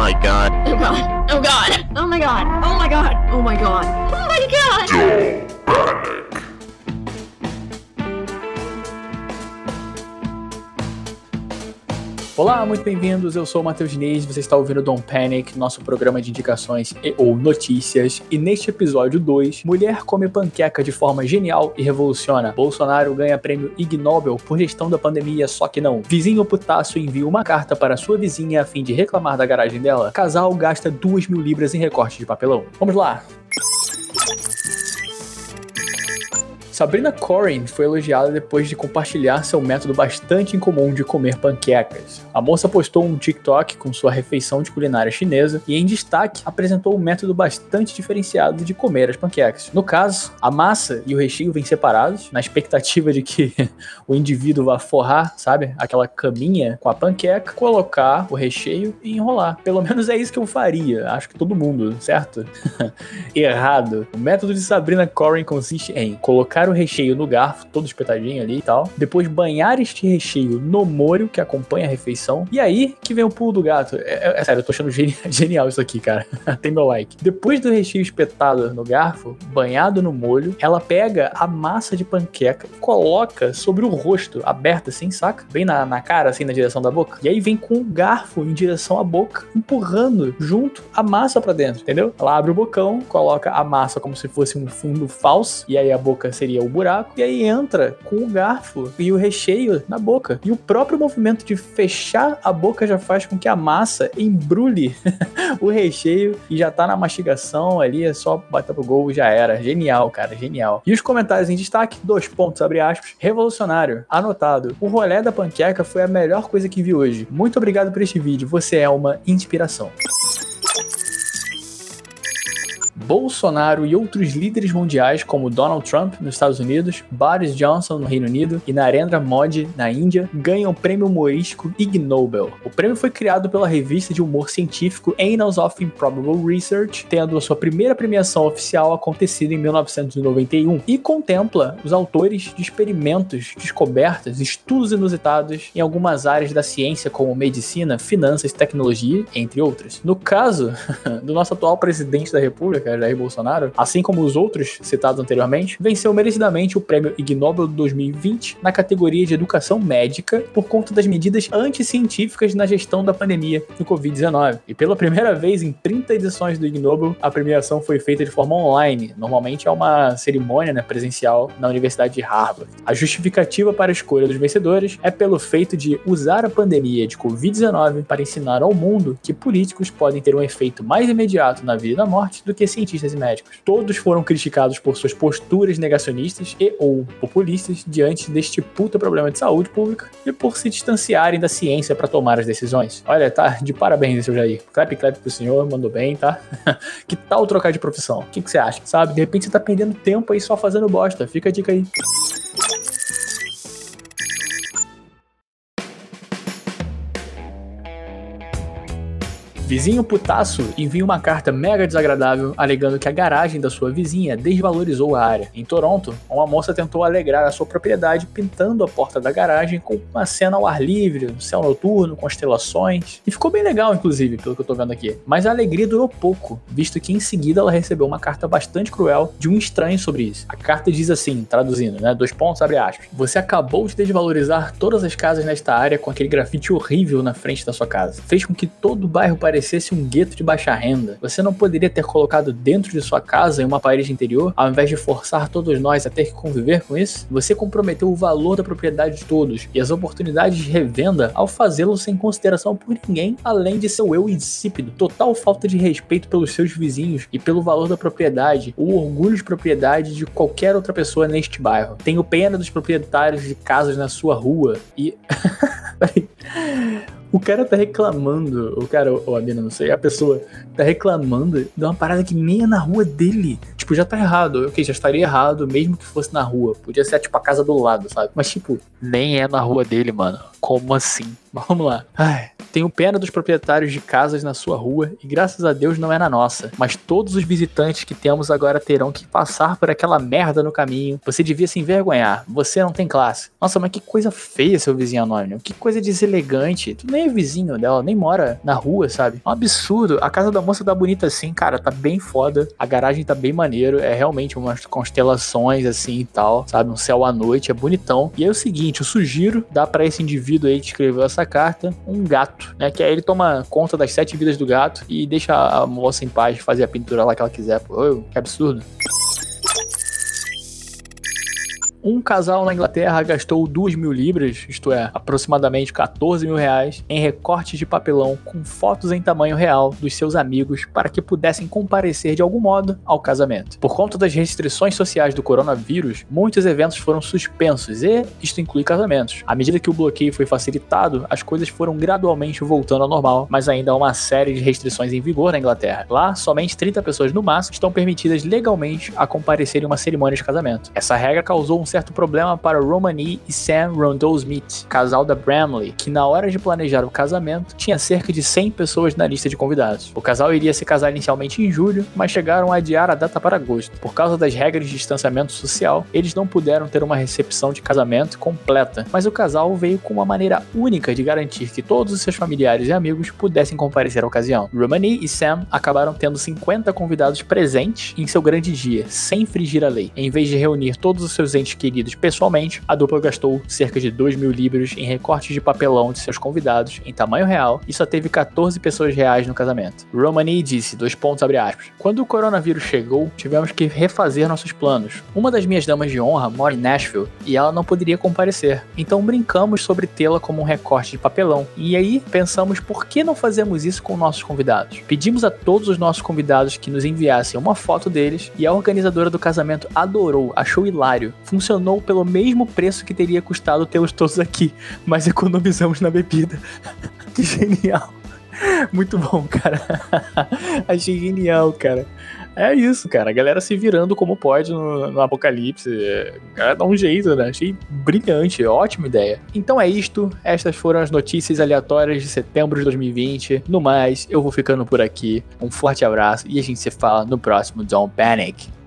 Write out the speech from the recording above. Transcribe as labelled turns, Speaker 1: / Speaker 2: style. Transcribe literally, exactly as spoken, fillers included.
Speaker 1: my god.
Speaker 2: Oh god. Oh god. Oh my god. Oh my god. Oh my god. Oh my god.
Speaker 3: Don't panic.
Speaker 4: Olá, muito bem-vindos, eu sou o Matheus Diniz, você está ouvindo Don't Panic, nosso programa de indicações e ou notícias, e neste episódio dois, mulher come panqueca de forma genial e revoluciona, Bolsonaro ganha prêmio Ig Nobel por gestão da pandemia, só que não, vizinho putaço envia uma carta para sua vizinha a fim de reclamar da garagem dela, casal gasta duas mil libras em recorte de papelão. Vamos lá! Sabrina Corrin foi elogiada depois de compartilhar seu método bastante incomum de comer panquecas. A moça postou um TikTok com sua refeição de culinária chinesa e, em destaque, apresentou um método bastante diferenciado de comer as panquecas. No caso, a massa e o recheio vêm separados, na expectativa de que o indivíduo vá forrar, sabe, aquela caminha com a panqueca, colocar o recheio e enrolar. Pelo menos é isso que eu faria, acho que todo mundo, certo? Errado. O método de Sabrina Corrin consiste em colocar o recheio no garfo, todo espetadinho ali e tal. Depois banhar este recheio no molho que acompanha a refeição. E aí que vem o pulo do gato. É, é, é sério, eu tô achando geni- genial isso aqui, cara. Tem meu like. Depois do recheio espetado no garfo, banhado no molho, ela pega a massa de panqueca, coloca sobre o rosto, aberto assim, saca? Bem na, na cara, assim, na direção da boca. E aí vem com o garfo em direção à boca, empurrando junto a massa pra dentro, entendeu? Ela abre o bocão, coloca a massa como se fosse um fundo falso, e aí a boca seria o buraco, e aí entra com o garfo e o recheio na boca. E o próprio movimento de fechar a boca já faz com que a massa embrulhe o recheio e já tá na mastigação ali, é só bater pro gol e já era. Genial, cara, genial. E os comentários em destaque, dois pontos, abre aspas, revolucionário, anotado. O rolê da panqueca foi a melhor coisa que vi hoje. Muito obrigado por este vídeo, você é uma inspiração. Bolsonaro e outros líderes mundiais como Donald Trump nos Estados Unidos, Boris Johnson no Reino Unido e Narendra Modi na Índia ganham o prêmio humorístico Ig Nobel. O prêmio foi criado pela revista de humor científico Annals of Improbable Research, tendo a sua primeira premiação oficial acontecido em mil novecentos e noventa e um, e contempla os autores de experimentos, descobertas, estudos inusitados em algumas áreas da ciência como medicina, finanças, tecnologia, entre outras. No caso do nosso atual presidente da República, Jair Bolsonaro, assim como os outros citados anteriormente, venceu merecidamente o prêmio Ig Nobel de dois mil e vinte na categoria de educação médica por conta das medidas anticientíficas na gestão da pandemia do covid dezenove. E pela primeira vez em trinta edições do Ig Nobel, a premiação foi feita de forma online. Normalmente é uma cerimônia, né, presencial na Universidade de Harvard. A justificativa para a escolha dos vencedores é pelo feito de usar a pandemia de covid dezenove para ensinar ao mundo que políticos podem ter um efeito mais imediato na vida e na morte do que cientistas e médicos. Todos foram criticados por suas posturas negacionistas e ou populistas diante deste puta problema de saúde pública e por se distanciarem da ciência para tomar as decisões. Olha, tá de parabéns, seu Jair. Clap, clap pro senhor, mandou bem, tá? Que tal trocar de profissão? O que, que você acha? Sabe, de repente você tá perdendo tempo aí só fazendo bosta. Fica a dica aí. Vizinho putaço envia uma carta mega desagradável alegando que a garagem da sua vizinha desvalorizou a área. Em Toronto, uma moça tentou alegrar a sua propriedade pintando a porta da garagem com uma cena ao ar livre, céu noturno, constelações. E ficou bem legal, inclusive, pelo que eu tô vendo aqui. Mas a alegria durou pouco, visto que em seguida ela recebeu uma carta bastante cruel de um estranho sobre isso. A carta diz assim, traduzindo, né, dois pontos, abre aspas. Você acabou de desvalorizar todas as casas nesta área com aquele grafite horrível na frente da sua casa. Fez com que todo o bairro parecesse um gueto de baixa renda. Você não poderia ter colocado dentro de sua casa em uma parede interior, ao invés de forçar todos nós a ter que conviver com isso? Você comprometeu o valor da propriedade de todos e as oportunidades de revenda ao fazê-lo sem consideração por ninguém, além de seu eu insípido, total falta de respeito pelos seus vizinhos e pelo valor da propriedade, o orgulho de propriedade de qualquer outra pessoa neste bairro. Tenho pena dos proprietários de casas na sua rua e... O cara tá reclamando, o cara, ou a mina, não sei, a pessoa tá reclamando de uma parada que nem é na rua dele. Tipo, já tá errado. Ok, já estaria errado, mesmo que fosse na rua. Podia ser, tipo, a casa do lado, sabe? Mas, tipo, nem é na rua dele, mano. Como assim? Mas vamos lá. Ai, tenho pena dos proprietários de casas na sua rua e graças a Deus não é na nossa. Mas todos os visitantes que temos agora terão que passar por aquela merda no caminho. Você devia se envergonhar. Você não tem classe. Nossa, mas que coisa feia, seu vizinho anônimo. Que coisa deselegante. Tu nem é vizinho dela, nem mora na rua, sabe? É um absurdo. A casa da moça tá bonita assim, cara. Tá bem foda. A garagem tá bem maneiro. É realmente umas constelações assim e tal, sabe? Um céu à noite. É bonitão. E é o seguinte, eu sugiro dar pra esse indivíduo aí que escreveu essa carta um gato, né? Que aí ele toma conta das sete vidas do gato e deixa a moça em paz fazer a pintura lá que ela quiser. Pô, que absurdo. Um casal na Inglaterra gastou duas mil libras, isto é, aproximadamente quatorze mil reais, em recortes de papelão com fotos em tamanho real dos seus amigos para que pudessem comparecer de algum modo ao casamento. Por conta das restrições sociais do coronavírus, muitos eventos foram suspensos e isto inclui casamentos. À medida que o bloqueio foi facilitado, as coisas foram gradualmente voltando ao normal, mas ainda há uma série de restrições em vigor na Inglaterra. Lá, somente trinta pessoas no máximo estão permitidas legalmente a comparecer em uma cerimônia de casamento. Essa regra causou um certo problema para Romani e Sam Rondeau-Smith, casal da Bramley, que na hora de planejar o casamento tinha cerca de cem pessoas na lista de convidados. O casal iria se casar inicialmente em julho, mas chegaram a adiar a data para agosto. Por causa das regras de distanciamento social, eles não puderam ter uma recepção de casamento completa, mas o casal veio com uma maneira única de garantir que todos os seus familiares e amigos pudessem comparecer à ocasião. Romani e Sam acabaram tendo cinquenta convidados presentes em seu grande dia, sem infringir a lei. Em vez de reunir todos os seus entes queridos pessoalmente, a dupla gastou cerca de dois mil libras em recortes de papelão de seus convidados em tamanho real e só teve quatorze pessoas reais no casamento. Romani disse, dois pontos abre aspas, quando o coronavírus chegou, tivemos que refazer nossos planos. Uma das minhas damas de honra mora em Nashville e ela não poderia comparecer, então brincamos sobre tê-la como um recorte de papelão e aí pensamos por que não fazemos isso com nossos convidados. Pedimos a todos os nossos convidados que nos enviassem uma foto deles e a organizadora do casamento adorou, achou hilário. Funcionou pelo mesmo preço que teria custado tê-los todos aqui, mas economizamos na bebida. Que genial. Muito bom, cara. Achei genial, cara. É isso, cara. A galera se virando como pode no, no apocalipse. O cara dá um jeito, né? Achei brilhante, ótima ideia. Então é isto. Estas foram as notícias aleatórias de setembro de dois mil e vinte. No mais, eu vou ficando por aqui. Um forte abraço e a gente se fala no próximo Don't Panic.